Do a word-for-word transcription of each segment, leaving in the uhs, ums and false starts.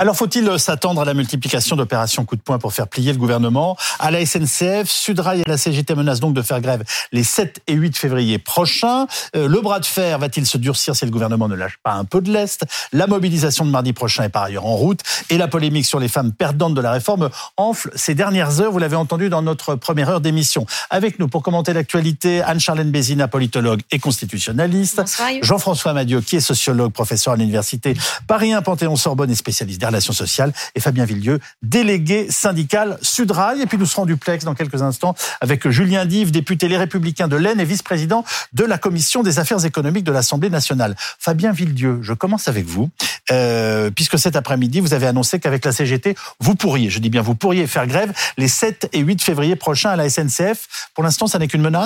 Alors, faut-il s'attendre à la multiplication d'opérations coup de poing pour faire plier le gouvernement ? À la S N C F, Sudrail et la C G T menacent donc de faire grève les sept et huit février prochains. Euh, le bras de fer va-t-il se durcir si le gouvernement ne lâche pas un peu de lest ? La mobilisation de mardi prochain est par ailleurs en route. Et la polémique sur les femmes perdantes de la réforme enfle ces dernières heures. Vous l'avez entendu dans notre première heure d'émission. Avec nous pour commenter l'actualité, Anne-Charlène Bézina, politologue et constitutionnaliste. Bonsoir. Jean-François Madiot, qui est sociologue, professeur à l'université Paris un Panthéon-Sorbonne et spécialiste des relations sociales. Et Fabien Villedieu, délégué syndical Sudrail. Et puis nous serons en duplex dans quelques instants avec Julien Dive, député Les Républicains de l'Aisne et vice-président de la Commission des affaires économiques de l'Assemblée nationale. Fabien Villedieu, je commence avec vous, euh, puisque cet après-midi, vous avez annoncé qu'avec la C G T, vous pourriez, je dis bien vous pourriez faire grève les sept et huit février prochains à la S N C F. Pour l'instant, ça n'est qu'une menace ?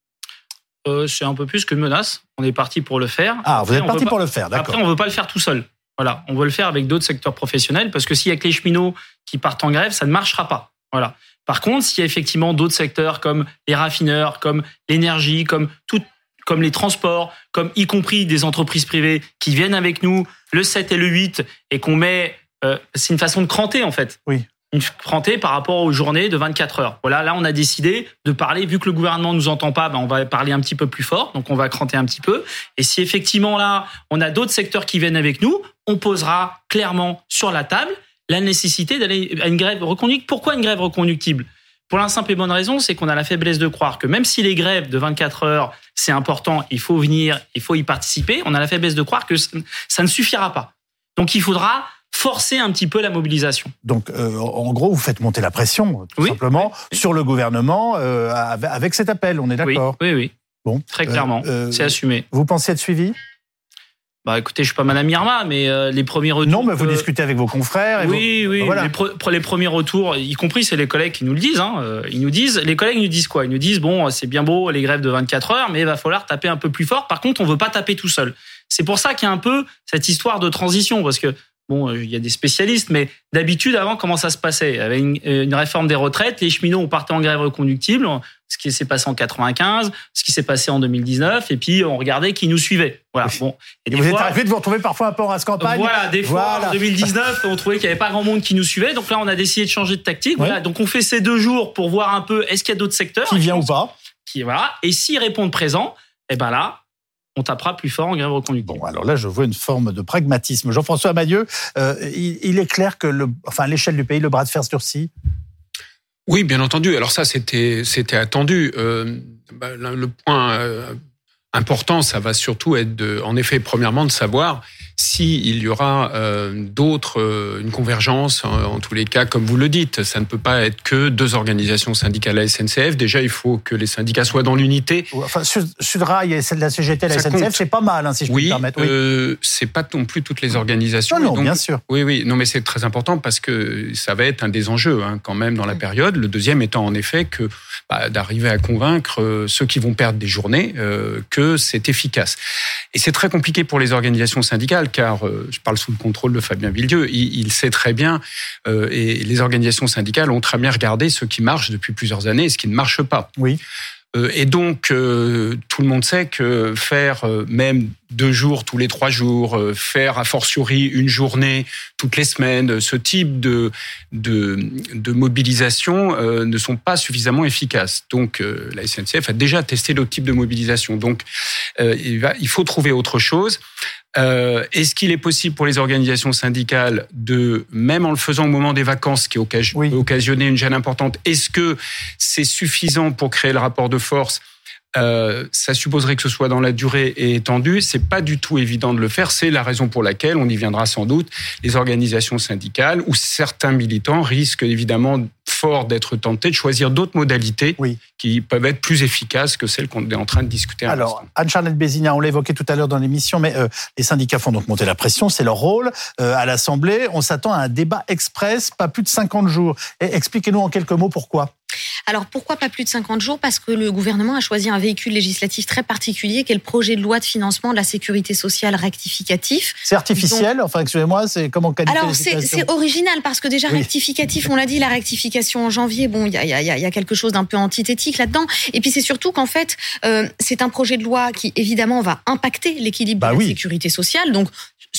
euh, C'est un peu plus qu'une menace. On est parti pour le faire. Ah, vous Après, êtes parti pas... pour le faire, d'accord. Après, on ne veut pas le faire tout seul. Voilà, on veut le faire avec d'autres secteurs professionnels parce que s'il y a que les cheminots qui partent en grève, ça ne marchera pas. Voilà. Par contre, s'il y a effectivement d'autres secteurs comme les raffineurs, comme l'énergie, comme tout, comme les transports, comme y compris des entreprises privées qui viennent avec nous le sept et le huit et qu'on met, euh, c'est une façon de cranter en fait. Oui. Une cranter par rapport aux journées de vingt-quatre heures. Voilà, là on a décidé de parler, vu que le gouvernement nous entend pas, ben on va parler un petit peu plus fort, donc on va cranter un petit peu. Et si effectivement là, on a d'autres secteurs qui viennent avec nous, on posera clairement sur la table la nécessité d'aller à une grève reconductible. Pourquoi une grève reconductible ? Pour la simple et bonne raison, c'est qu'on a la faiblesse de croire que même si les grèves de vingt-quatre heures, c'est important, il faut venir, il faut y participer, on a la faiblesse de croire que ça ne suffira pas. Donc il faudra forcer un petit peu la mobilisation. Donc, euh, en gros, vous faites monter la pression, tout oui, simplement, oui. sur le gouvernement euh, avec cet appel, on est d'accord ? Oui, oui, oui. Bon, très clairement, euh, euh, c'est assumé. Vous pensez être suivi ? Bah écoutez, je suis pas Madame Irma, mais euh, les premiers retours... Non, mais vous euh, discutez avec vos confrères. Et oui, vos... oui, voilà. les, pro- les premiers retours, y compris, c'est les collègues qui nous le disent. Hein, euh, ils nous disent, les collègues nous disent quoi ? Ils nous disent, bon, c'est bien beau les grèves de vingt-quatre heures, mais il va falloir taper un peu plus fort. Par contre, on veut pas taper tout seul. C'est pour ça qu'il y a un peu cette histoire de transition, parce que bon, il y a des spécialistes, mais d'habitude, avant, comment ça se passait ? Avec une, une réforme des retraites, les cheminots ont parté en grève reconductible, ce qui s'est passé en quatre-vingt-quinze, ce qui s'est passé en deux mille dix-neuf, et puis on regardait qui nous suivait. Voilà. Bon. Et, et vous fois, êtes arrivé de vous retrouver parfois un peu en race-campagne. Voilà, des fois, voilà. En deux mille dix-neuf, on trouvait qu'il n'y avait pas grand monde qui nous suivait, donc là, on a décidé de changer de tactique. Ouais. Voilà. Donc on fait ces deux jours pour voir un peu, est-ce qu'il y a d'autres secteurs qui vient ou pas qui, voilà. Et s'ils répondent présent, eh ben là, on tapera plus fort en grève reconductible. Bon, alors là, je vois une forme de pragmatisme. Jean-François Madiot, euh, il, il est clair que, le, enfin, à l'échelle du pays, le bras de fer se durcit ? Oui, bien entendu. Alors ça, c'était, c'était attendu. Euh, bah, le point euh, important, ça va surtout être, de, en effet, premièrement, de savoir s'il y aura euh, d'autres, euh, une convergence, en, en tous les cas, comme vous le dites. Ça ne peut pas être que deux organisations syndicales à la S N C F. Déjà, il faut que les syndicats soient dans l'unité. Enfin, Sudrail et la C G T, la S N C F, compte. C'est pas mal, hein, si je oui, puis me permettre. Oui, euh, c'est pas non plus toutes les organisations. Non, non, donc, bien sûr. Oui, oui, non, mais c'est très important parce que ça va être un des enjeux, hein, quand même, dans la période. Le deuxième étant, en effet, que bah, d'arriver à convaincre euh, ceux qui vont perdre des journées euh, que c'est efficace. Et c'est très compliqué pour les organisations syndicales, car euh, je parle sous le contrôle de Fabien Villedieu, il, il sait très bien, euh, et les organisations syndicales ont très bien regardé ce qui marche depuis plusieurs années et ce qui ne marche pas. Oui. Euh, et donc, euh, tout le monde sait que faire euh, même deux jours tous les trois jours, euh, faire a fortiori une journée toutes les semaines, ce type de, de, de mobilisation euh, ne sont pas suffisamment efficaces. Donc, euh, la S N C F a déjà testé d'autres types de mobilisation. Donc, euh, il, va, il faut trouver autre chose. Euh, est-ce qu'il est possible pour les organisations syndicales de, même en le faisant au moment des vacances, qui occasion, oui. peut occasionner une gêne importante, est-ce que c'est suffisant pour créer le rapport de force ? Euh, ça supposerait que ce soit dans la durée et étendu. C'est pas du tout évident de le faire. C'est la raison pour laquelle, on y viendra sans doute, les organisations syndicales ou certains militants risquent évidemment fort d'être tentés de choisir d'autres modalités oui. qui peuvent être plus efficaces que celles qu'on est en train de discuter. Alors, Anne-Charlène Bézina, on l'a évoqué tout à l'heure dans l'émission, mais euh, les syndicats font donc monter la pression, c'est leur rôle. Euh, à l'Assemblée, on s'attend à un débat express, pas plus de cinquante jours. Et expliquez-nous en quelques mots pourquoi. Alors, pourquoi pas plus de cinquante jours ? Parce que le gouvernement a choisi un véhicule législatif très particulier, qui est le projet de loi de financement de la sécurité sociale rectificatif. C'est artificiel, donc, enfin, excusez-moi, c'est comment qualifier Alors, c'est, c'est original, parce que déjà, oui. rectificatif, on l'a dit, la rectification en janvier, bon, il y a, y, a, y a quelque chose d'un peu antithétique là-dedans. Et puis, c'est surtout qu'en fait, euh, c'est un projet de loi qui, évidemment, va impacter l'équilibre bah de la oui. sécurité sociale. Donc,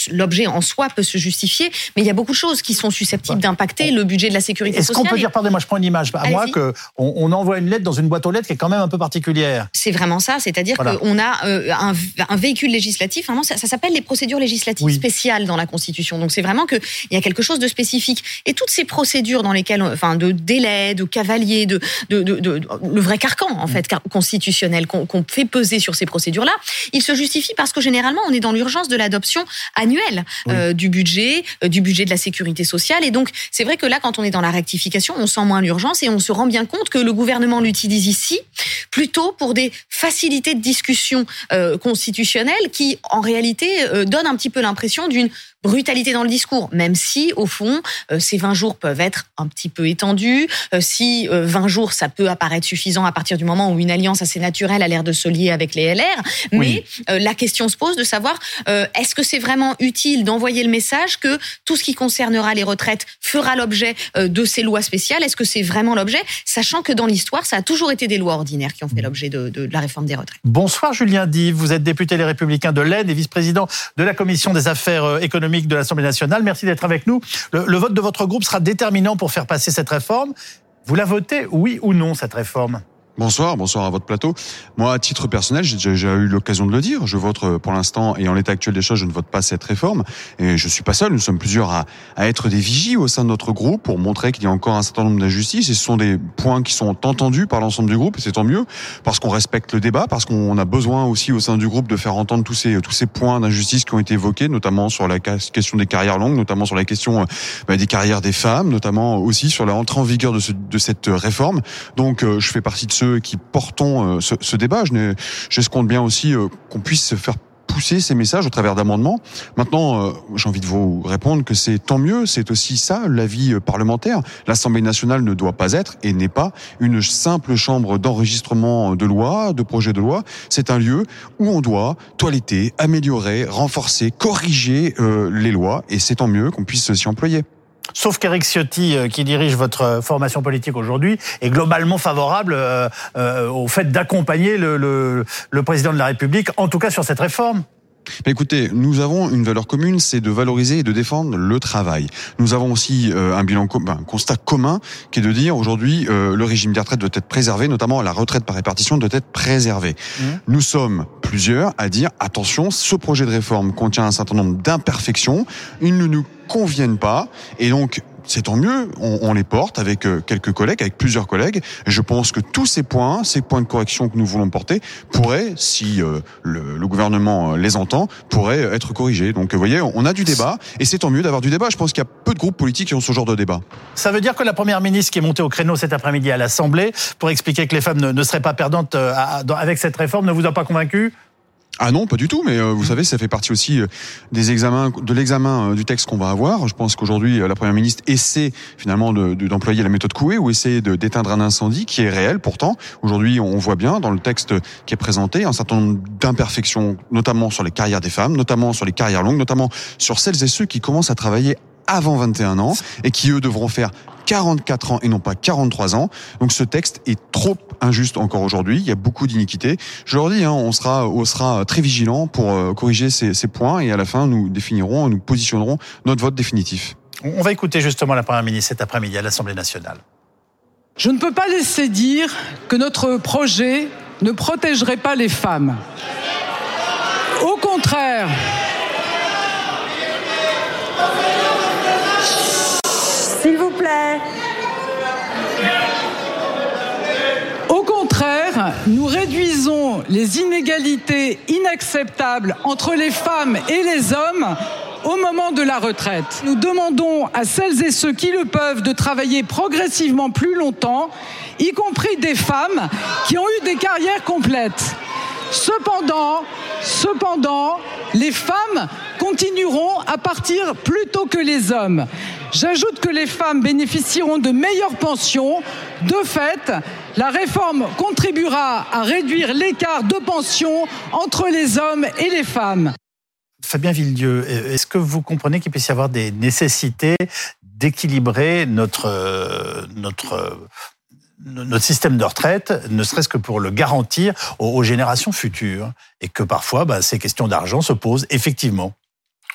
l'objet en soi peut se justifier, mais il y a beaucoup de choses qui sont susceptibles d'impacter le budget de la sécurité Est-ce sociale. Est-ce qu'on peut dire, pardonnez-moi, je prends une image à moi, qu'on on envoie une lettre dans une boîte aux lettres qui est quand même un peu particulière? C'est vraiment ça, c'est-à-dire voilà. qu'on a euh, un, un véhicule législatif, vraiment, ça, ça s'appelle les procédures législatives oui. spéciales dans la Constitution. Donc c'est vraiment qu'il y a quelque chose de spécifique. Et toutes ces procédures dans lesquelles, enfin, de délai, de cavalier, de, de, de, de, de le vrai carcan, en fait, mmh. constitutionnel qu'on, qu'on fait peser sur ces procédures-là, il se justifie parce que généralement, on est dans l'urgence de l'adoption annuelle oui. euh, du budget, euh, du budget de la sécurité sociale. Et donc, c'est vrai que là, quand on est dans la rectification, on sent moins l'urgence et on se rend bien compte que le gouvernement l'utilise ici plutôt pour des facilités de discussion euh, constitutionnelle qui, en réalité, euh, donnent un petit peu l'impression d'une brutalité dans le discours, même si, au fond, euh, ces vingt jours peuvent être un petit peu étendus. Euh, si euh, vingt jours, ça peut apparaître suffisant à partir du moment où une alliance assez naturelle a l'air de se lier avec les L R. Mais oui. euh, la question se pose de savoir, euh, est-ce que c'est vraiment utile d'envoyer le message que tout ce qui concernera les retraites fera l'objet euh, de ces lois spéciales? Est-ce que c'est vraiment l'objet? Sachant que dans l'histoire, ça a toujours été des lois ordinaires qui ont fait l'objet de, de, de la réforme des retraites. Bonsoir Julien Dive, vous êtes député Les Républicains de l'Aisne et vice-président de la Commission des affaires économiques de l'Assemblée nationale. Merci d'être avec nous. Le, le vote de votre groupe sera déterminant pour faire passer cette réforme. Vous la votez, oui ou non, cette réforme ? Bonsoir, bonsoir à votre plateau. Moi, à titre personnel, j'ai déjà eu l'occasion de le dire. Je vote pour l'instant, et en l'état actuel des choses, je ne vote pas cette réforme. Et je suis pas seul, nous sommes plusieurs à, à être des vigies au sein de notre groupe pour montrer qu'il y a encore un certain nombre d'injustices. Et ce sont des points qui sont entendus par l'ensemble du groupe, et c'est tant mieux, parce qu'on respecte le débat, parce qu'on a besoin aussi au sein du groupe de faire entendre tous ces, tous ces points d'injustice qui ont été évoqués, notamment sur la question des carrières longues, notamment sur la question bah, des carrières des femmes, notamment aussi sur la entrée en vigueur de, ce, de cette réforme. Donc, euh, je fais partie de ceux qui portons euh, ce, ce débat. Je j'escompte bien aussi euh, qu'on puisse faire pousser ces messages au travers d'amendements. Maintenant, euh, j'ai envie de vous répondre que c'est tant mieux, c'est aussi ça, l'avis parlementaire. L'Assemblée nationale ne doit pas être et n'est pas une simple chambre d'enregistrement de lois, de projets de loi. C'est un lieu où on doit toiletter, améliorer, renforcer, corriger euh, les lois, et c'est tant mieux qu'on puisse s'y employer. Sauf qu'Éric Ciotti, qui dirige votre formation politique aujourd'hui, est globalement favorable euh, euh, au fait d'accompagner le, le, le président de la République, en tout cas sur cette réforme. Mais écoutez, nous avons une valeur commune, c'est de valoriser et de défendre le travail. Nous avons aussi euh, un bilan, ben, un constat commun, qui est de dire aujourd'hui euh, le régime des retraites doit être préservé, notamment la retraite par répartition doit être préservée. Mmh. Nous sommes plusieurs à dire attention, ce projet de réforme contient un certain nombre d'imperfections, ils ne nous conviennent pas, et donc c'est tant mieux, on, on les porte avec quelques collègues, avec plusieurs collègues. Je pense que tous ces points, ces points de correction que nous voulons porter, pourraient, si euh, le, le gouvernement les entend, pourraient être corrigés. Donc vous voyez, on a du débat, et c'est tant mieux d'avoir du débat. Je pense qu'il y a peu de groupes politiques qui ont ce genre de débat. Ça veut dire que la première ministre qui est montée au créneau cet après-midi à l'Assemblée pour expliquer que les femmes ne, ne seraient pas perdantes à, à, avec cette réforme ne vous a pas convaincu ? Ah non, pas du tout, mais euh, vous savez, ça fait partie aussi euh, des examens, de l'examen euh, du texte qu'on va avoir. Je pense qu'aujourd'hui, euh, la Première ministre essaie finalement de, de, d'employer la méthode Coué, ou essayer de, d'éteindre un incendie qui est réel pourtant. Aujourd'hui, on voit bien dans le texte qui est présenté un certain nombre d'imperfections, notamment sur les carrières des femmes, notamment sur les carrières longues, notamment sur celles et ceux qui commencent à travailler avant vingt et un ans et qui, eux, devront faire quarante-quatre ans et non pas quarante-trois ans. Donc ce texte est trop injuste encore aujourd'hui. Il y a beaucoup d'iniquités. Je leur dis, hein, on sera, on sera très vigilant pour euh, corriger ces, ces points, et à la fin, nous définirons, nous positionnerons notre vote définitif. On va écouter justement la Première ministre cet après-midi à l'Assemblée nationale. Je ne peux pas laisser dire que notre projet ne protégerait pas les femmes. Au contraire, s'il vous plaît. Au contraire, nous réduisons les inégalités inacceptables entre les femmes et les hommes au moment de la retraite. Nous demandons à celles et ceux qui le peuvent de travailler progressivement plus longtemps, y compris des femmes qui ont eu des carrières complètes. Cependant, cependant, les femmes continueront à partir plus tôt que les hommes. J'ajoute que les femmes bénéficieront de meilleures pensions. De fait, la réforme contribuera à réduire l'écart de pension entre les hommes et les femmes. Fabien Villedieu, est-ce que vous comprenez qu'il puisse y avoir des nécessités d'équilibrer notre, notre, notre système de retraite, ne serait-ce que pour le garantir aux, aux générations futures, et que parfois bah, ces questions d'argent se posent effectivement?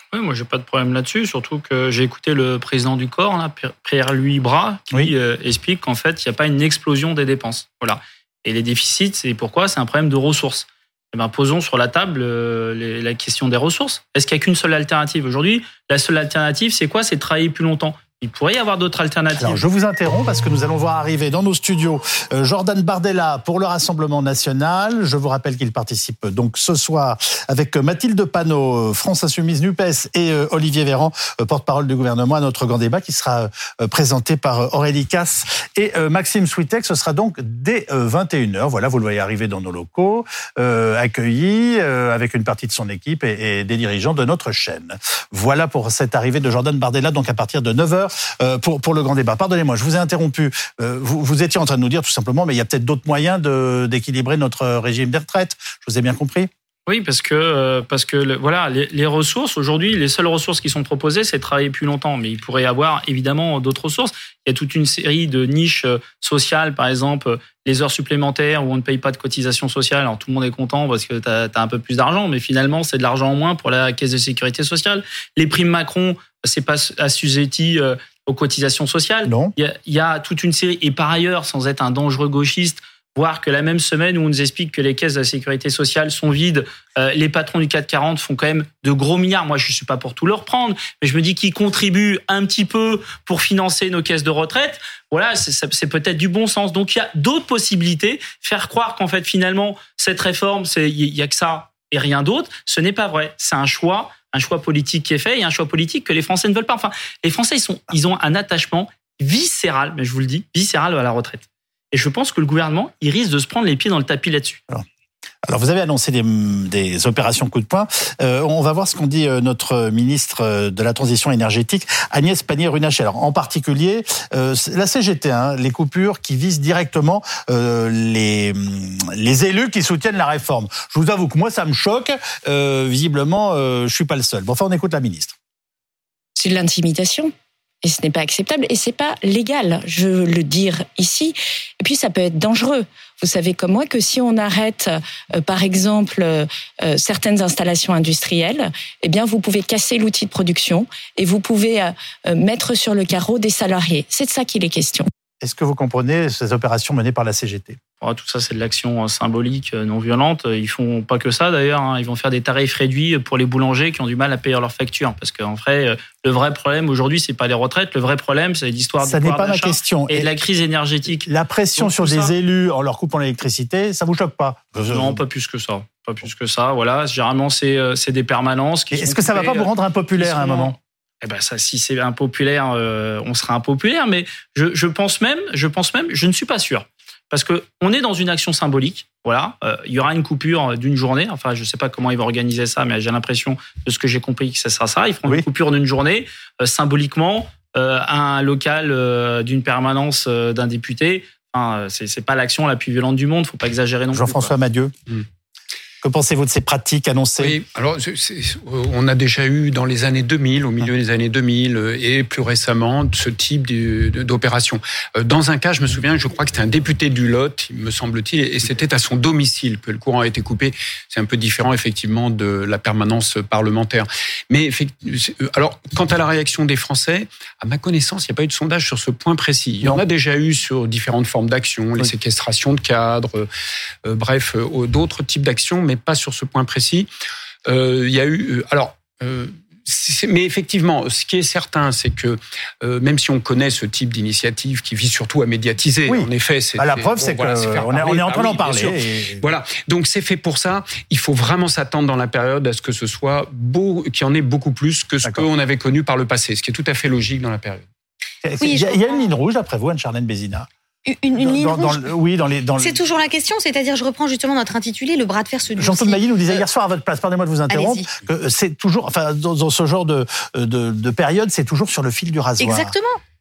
Oui, moi, j'ai pas de problème là-dessus, surtout que j'ai écouté le président du corps, là, Pierre-Louis Bras, qui oui. euh, explique qu'en fait, il n'y a pas une explosion des dépenses. Voilà. Et les déficits, c'est pourquoi ? C'est un problème de ressources. Eh ben, posons sur la table euh, les, la question des ressources. Est-ce qu'il n'y a qu'une seule alternative ? Aujourd'hui, la seule alternative, c'est quoi ? C'est de travailler plus longtemps. Il pourrait y avoir d'autres alternatives. Alors, je vous interromps parce que nous allons voir arriver dans nos studios euh, Jordan Bardella pour le Rassemblement national. Je vous rappelle qu'il participe donc ce soir avec Mathilde Panot, France Insoumise NUPES et euh, Olivier Véran, euh, porte-parole du gouvernement, à notre grand débat qui sera euh, présenté par Aurélie Casse et euh, Maxime Switek. Ce sera donc dès euh, vingt et une heures. Voilà, vous le voyez arriver dans nos locaux, euh, accueilli euh, avec une partie de son équipe et, et des dirigeants de notre chaîne. Voilà pour cette arrivée de Jordan Bardella, donc à partir de neuf heures. Euh, pour, pour le grand débat. Pardonnez-moi, je vous ai interrompu. Euh, vous, vous étiez en train de nous dire tout simplement, mais il y a peut-être d'autres moyens de, d'équilibrer notre régime des retraites. Je vous ai bien compris ? Oui, parce que euh, parce que le, voilà, les, les ressources aujourd'hui, les seules ressources qui sont proposées, c'est de travailler plus longtemps. Mais il pourrait y avoir évidemment d'autres ressources. Il y a toute une série de niches sociales, par exemple les heures supplémentaires où on ne paye pas de cotisation sociale. Alors tout le monde est content parce que tu as un peu plus d'argent, mais finalement c'est de l'argent en moins pour la caisse de sécurité sociale. Les primes Macron, c'est pas assujetti euh, aux cotisations sociales. Non. Il y a, il y a toute une série. Et par ailleurs, sans être un dangereux gauchiste, voir que la même semaine où on nous explique que les caisses de la sécurité sociale sont vides, euh, les patrons du CAC quarante font quand même de gros milliards. Moi, je ne suis pas pour tout leur prendre, mais je me dis qu'ils contribuent un petit peu pour financer nos caisses de retraite. Voilà, c'est, c'est peut-être du bon sens. Donc, il y a d'autres possibilités. Faire croire qu'en fait, finalement, cette réforme, c'est, il y a que ça et rien d'autre, ce n'est pas vrai. C'est un choix, un choix politique qui est fait et un choix politique que les Français ne veulent pas. Enfin, les Français, ils, sont, ils ont un attachement viscéral, mais je vous le dis, viscéral à la retraite. Et je pense que le gouvernement, il risque de se prendre les pieds dans le tapis là-dessus. Alors, alors vous avez annoncé des, des opérations coup de poing. Euh, on va voir ce qu'on dit notre ministre de la Transition énergétique, Agnès Pannier-Runacher. Alors, en particulier, euh, la C G T, hein, les coupures qui visent directement euh, les, les élus qui soutiennent la réforme. Je vous avoue que moi, ça me choque. Euh, visiblement, euh, je suis pas le seul. Bon, enfin, on écoute la ministre. C'est de l'intimidation. Et ce n'est pas acceptable et c'est pas légal, je veux le dire ici. Et puis ça peut être dangereux. Vous savez comme moi que si on arrête, euh, par exemple, euh, certaines installations industrielles, eh bien vous pouvez casser l'outil de production et vous pouvez euh, mettre sur le carreau des salariés. C'est de ça qu'il est question. Est-ce que vous comprenez ces opérations menées par la C G T ? Oh, tout ça, c'est de l'action symbolique, non violente. Ils font pas que ça, d'ailleurs. Hein. Ils vont faire des tarifs réduits pour les boulangers qui ont du mal à payer leurs factures. Parce qu'en vrai, le vrai problème aujourd'hui, c'est pas les retraites. Le vrai problème, c'est l'histoire du pouvoir d'achat. Ça n'est pas ma question. Et, et la crise énergétique. La pression Donc, sur des ça, élus en leur coupant l'électricité, ça vous choque pas ? Non, pas plus que ça. Pas plus que ça. Voilà. Généralement, c'est, c'est des permanences. Qui Est-ce que ça va pas vous rendre impopulaire à un moment ? Eh ben ça, si c'est impopulaire, euh, on sera impopulaire. Mais je, je pense même, je pense même, je ne suis pas sûr, parce que on est dans une action symbolique. Voilà, euh, il y aura une coupure d'une journée. Enfin, je ne sais pas comment ils vont organiser ça, mais j'ai l'impression de ce que j'ai compris que ça sera ça. Ils feront oui. une coupure d'une journée euh, symboliquement euh, à un local euh, d'une permanence euh, d'un député. Enfin, c'est, c'est pas l'action la plus violente du monde. Faut pas exagérer non plus. Jean-François Madieu. Mmh. Que pensez-vous de ces pratiques annoncées ? Oui, alors c'est, c'est, on a déjà eu dans les années deux mille, au milieu des années deux mille et plus récemment, ce type de, de, d'opération. Dans un cas, je me souviens, je crois que c'était un député du Lot, me semble-t-il, et c'était à son domicile que le courant a été coupé. C'est un peu différent, effectivement, de la permanence parlementaire. Mais alors, quant à la réaction des Français, à ma connaissance, il n'y a pas eu de sondage sur ce point précis. Il y en a déjà eu sur différentes formes d'actions, les oui. séquestrations de cadres, euh, bref, euh, d'autres types d'actions, mais pas sur ce point précis. Euh, il y a eu... Alors, euh, c'est, mais effectivement, ce qui est certain, c'est que euh, même si on connaît ce type d'initiative qui vise surtout à médiatiser, oui. en effet... C'est, bah, la preuve, bon, c'est voilà, qu'on est, on est en train ah, d'en oui, parler. Et... Voilà, donc c'est fait pour ça. Il faut vraiment s'attendre dans la période à ce que ce soit beau, qu'il y en ait beaucoup plus que ce D'accord. qu'on avait connu par le passé, ce qui est tout à fait logique dans la période. Oui, il y a, il y a une ligne rouge, d'après vous, Anne-Charlène Bézina. Une, une dans, ligne dans, rouge. Dans le, oui, dans les. Dans c'est le... toujours la question, c'est-à-dire, je reprends justement notre intitulé, le bras de fer se durcit. Jean-Claude Mailly nous disait hier soir à votre place, pardonnez-moi de vous interrompre, Allez-y. que c'est toujours, enfin, dans, dans ce genre de, de, de période, c'est toujours sur le fil du rasoir. Exactement.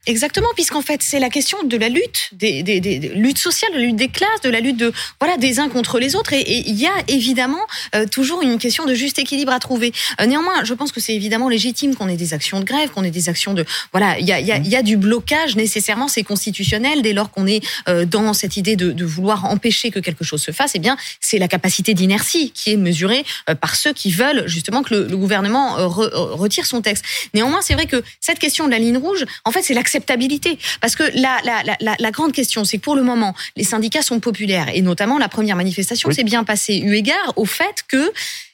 Exactement, puisqu'en fait, c'est la question de la lutte, des, des, des, des luttes sociales, de la lutte des classes, de la lutte de voilà des uns contre les autres. Et il y a évidemment euh, toujours une question de juste équilibre à trouver. Euh, néanmoins, je pense que c'est évidemment légitime qu'on ait des actions de grève, qu'on ait des actions de voilà. Il y a, il y a, il y a du blocage nécessairement, c'est constitutionnel dès lors qu'on est euh, dans cette idée de, de vouloir empêcher que quelque chose se fasse. Eh bien, c'est la capacité d'inertie qui est mesurée euh, par ceux qui veulent justement que le, le gouvernement euh, re, retire son texte. Néanmoins, c'est vrai que cette question de la ligne rouge, en fait, c'est l'acceptation. Parce que la, la, la, la grande question, c'est que pour le moment, les syndicats sont populaires et notamment la première manifestation oui. s'est bien passée eu égard au fait que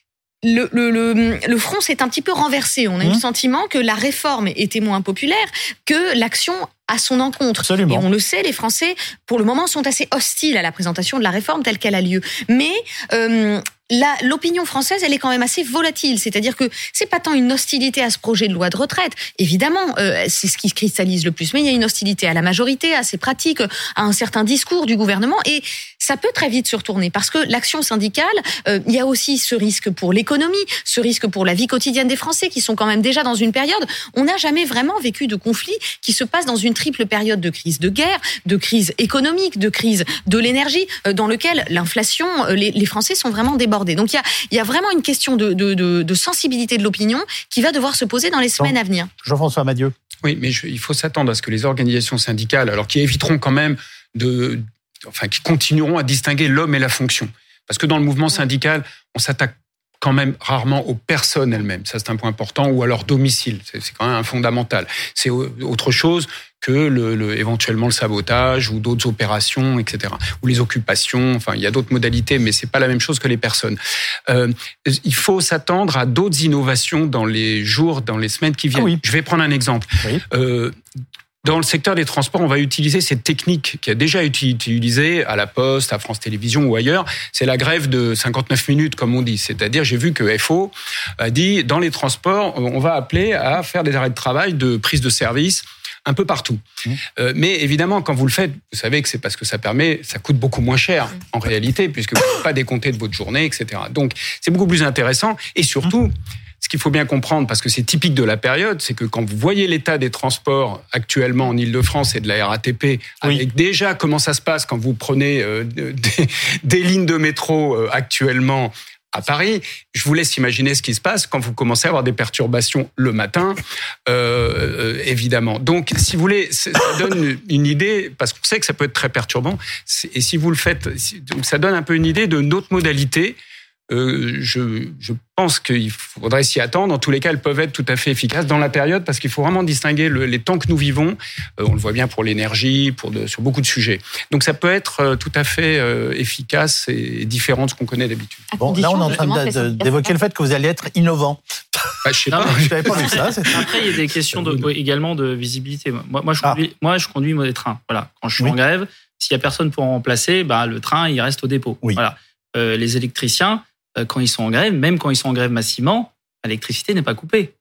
Le, le, le, le front s'est un petit peu renversé. On a mmh. eu le sentiment que la réforme était moins populaire que l'action à son encontre. Absolument. Et on le sait, les Français, pour le moment, sont assez hostiles à la présentation de la réforme telle qu'elle a lieu. Mais euh, la, l'opinion française, elle est quand même assez volatile. C'est-à-dire que c'est pas tant une hostilité à ce projet de loi de retraite. Évidemment, euh, c'est ce qui se cristallise le plus. Mais il y a une hostilité à la majorité, à ses pratiques, à un certain discours du gouvernement. Et ça peut très vite se retourner. Parce que l'action syndicale, euh, il y a aussi ce risque pour l'économie, ce risque pour la vie quotidienne des Français qui sont quand même déjà dans une période. On n'a jamais vraiment vécu de conflit qui se passe dans une triple période de crise de guerre, de crise économique, de crise de l'énergie, dans lequel l'inflation, les, les Français sont vraiment débordés. Donc il y a, il y a vraiment une question de, de, de, de sensibilité de l'opinion qui va devoir se poser dans les semaines à venir. Jean-François Madieu. Oui, mais je, il faut s'attendre à ce que les organisations syndicales, alors qui éviteront quand même de, enfin qui continueront à distinguer l'homme et la fonction, parce que dans le mouvement syndical, on s'attaque quand même rarement aux personnes elles-mêmes. Ça, c'est un point important, ou à leur domicile. C'est, c'est quand même un fondamental. C'est autre chose que le, le, éventuellement le sabotage ou d'autres opérations, et cetera. Ou les occupations. Enfin, il y a d'autres modalités, mais c'est pas la même chose que les personnes. Euh, il faut s'attendre à d'autres innovations dans les jours, dans les semaines qui viennent. Ah oui. Je vais prendre un exemple. Oui. Euh, Dans le secteur des transports, on va utiliser cette technique qui a déjà été utilisée à la Poste, à France Télévisions ou ailleurs. C'est la grève de cinquante-neuf minutes, comme on dit. C'est-à-dire, j'ai vu que F O a dit, dans les transports, on va appeler à faire des arrêts de travail, de prise de service, un peu partout. Mmh. Euh, mais évidemment, quand vous le faites, vous savez que c'est parce que ça permet, ça coûte beaucoup moins cher, en réalité, puisque vous n'êtes pas décompté de votre journée, et cetera. Donc, c'est beaucoup plus intéressant. Et surtout, mmh. ce qu'il faut bien comprendre, parce que c'est typique de la période, c'est que quand vous voyez l'état des transports actuellement en Ile-de-France et de la R A T P, oui. avec déjà comment ça se passe quand vous prenez euh, des, des lignes de métro euh, actuellement à Paris, je vous laisse imaginer ce qui se passe quand vous commencez à avoir des perturbations le matin, euh, euh, évidemment. Donc, si vous voulez, ça donne une idée, parce qu'on sait que ça peut être très perturbant, et si vous le faites, ça donne un peu une idée de notre modalité. Euh, je, je pense qu'il faudrait s'y attendre. En tous les cas, elles peuvent être tout à fait efficaces dans la période, parce qu'il faut vraiment distinguer le, les temps que nous vivons. Euh, on le voit bien pour l'énergie, pour de, sur beaucoup de sujets. Donc ça peut être euh, tout à fait euh, efficace et différent de ce qu'on connaît d'habitude. Bon, là, on est en train de, de, d'évoquer le fait que vous allez être innovant. Bah, je sais non, pas. Je n'avais pas vu ça. C'est... Après, il y a des questions de, également de visibilité. Moi, moi, je conduis, ah. moi, je conduis mes trains. Voilà. Quand je suis oui. en grève, s'il y a personne pour en remplacer, bah, le train, il reste au dépôt. Oui. Voilà. Euh, les électriciens, quand ils sont en grève, même quand ils sont en grève massivement, l'électricité n'est pas coupée.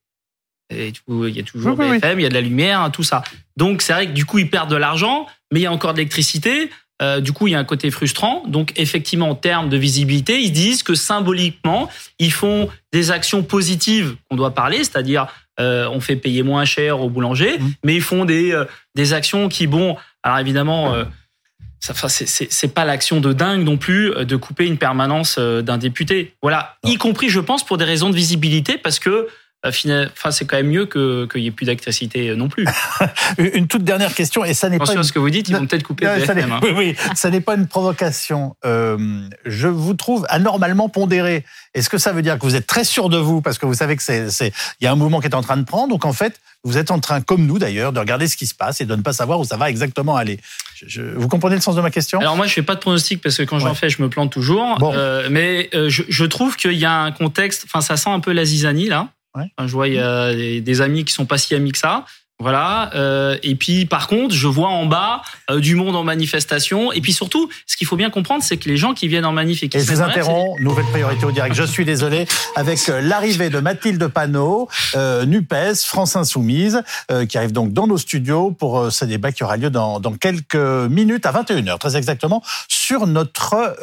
Et il y a toujours oui, B F M, oui. il y a de la lumière, tout ça. Donc c'est vrai que du coup ils perdent de l'argent, mais il y a encore de l'électricité. Euh, du coup il y a un côté frustrant. Donc effectivement en termes de visibilité, ils disent que symboliquement ils font des actions positives qu'on doit parler, c'est-à-dire euh, on fait payer moins cher aux boulangers, mmh. mais ils font des euh, des actions qui bon, alors évidemment. Euh, Ça, c'est, c'est, c'est pas l'action de dingue non plus de couper une permanence d'un député. Voilà, non. Y compris, je pense, pour des raisons de visibilité, parce que enfin, c'est quand même mieux que, qu'il n'y ait plus d'électricité non plus. Une toute dernière question, et ça n'est Attention pas... Une... à ce que vous dites, ils vont peut-être couper le B F M. Hein. Oui, oui, ça n'est pas une provocation. Euh, je vous trouve anormalement pondéré. Est-ce que ça veut dire que vous êtes très sûr de vous, parce que vous savez que c'est, c'est, il y a un mouvement qui est en train de prendre, donc en fait, vous êtes en train, comme nous d'ailleurs, de regarder ce qui se passe et de ne pas savoir où ça va exactement aller. Je, je, vous comprenez le sens de ma question ? Alors moi, je fais pas de pronostic parce que quand ouais. j'en fais, je me plante toujours. Bon. Euh, mais euh, je, je trouve qu'il y a un contexte, enfin, ça sent un peu la zizanie là. Ouais. Enfin, je vois il y a des, des amis qui sont pas si amis que ça. Voilà. Euh, et puis, par contre, je vois en bas euh, du monde en manifestation. Et puis surtout, ce qu'il faut bien comprendre, c'est que les gens qui viennent en manif et qui... Et je vous interromps, des... nouvelle priorité au direct. Je suis désolé. Avec l'arrivée de Mathilde Panot, euh, NUPES, France Insoumise, euh, qui arrive donc dans nos studios pour euh, ce débat qui aura lieu dans, dans quelques minutes, à vingt et une heures, très exactement, sur notre,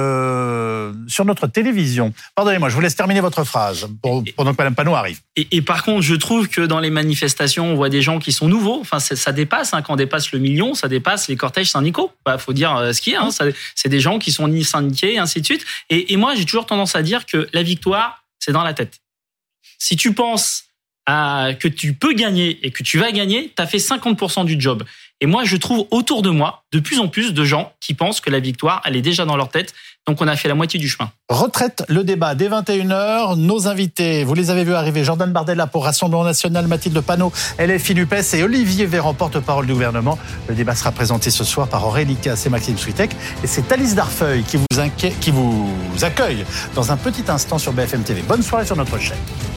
euh, sur notre télévision. Pardonnez-moi, je vous laisse terminer votre phrase pour, pendant que Mme Panot arrive. Et, et par contre, je trouve que dans les manifestations, on voit des gens gens qui sont nouveaux. Enfin, ça dépasse, hein, quand on dépasse le million, ça dépasse les cortèges syndicaux. Bah, faut dire ce qu'il y a. Hein, ça, c'est des gens qui sont ni syndiqués, et ainsi de suite. Et, et moi, j'ai toujours tendance à dire que la victoire, c'est dans la tête. Si tu penses à, que tu peux gagner et que tu vas gagner, tu as fait cinquante pour cent du job. Et moi, je trouve autour de moi de plus en plus de gens qui pensent que la victoire, elle est déjà dans leur tête. Donc, on a fait la moitié du chemin. Retraite, le débat dès vingt et une heures. Nos invités, vous les avez vus arriver. Jordan Bardella pour Rassemblement National, Mathilde Panot, L F I NUPES et Olivier Véran, porte-parole du gouvernement. Le débat sera présenté ce soir par Aurélie Casse et Maxime Switek. Et c'est Thalys Darfeuille qui vous, inqui... qui vous accueille dans un petit instant sur B F M T V. Bonne soirée sur notre chaîne.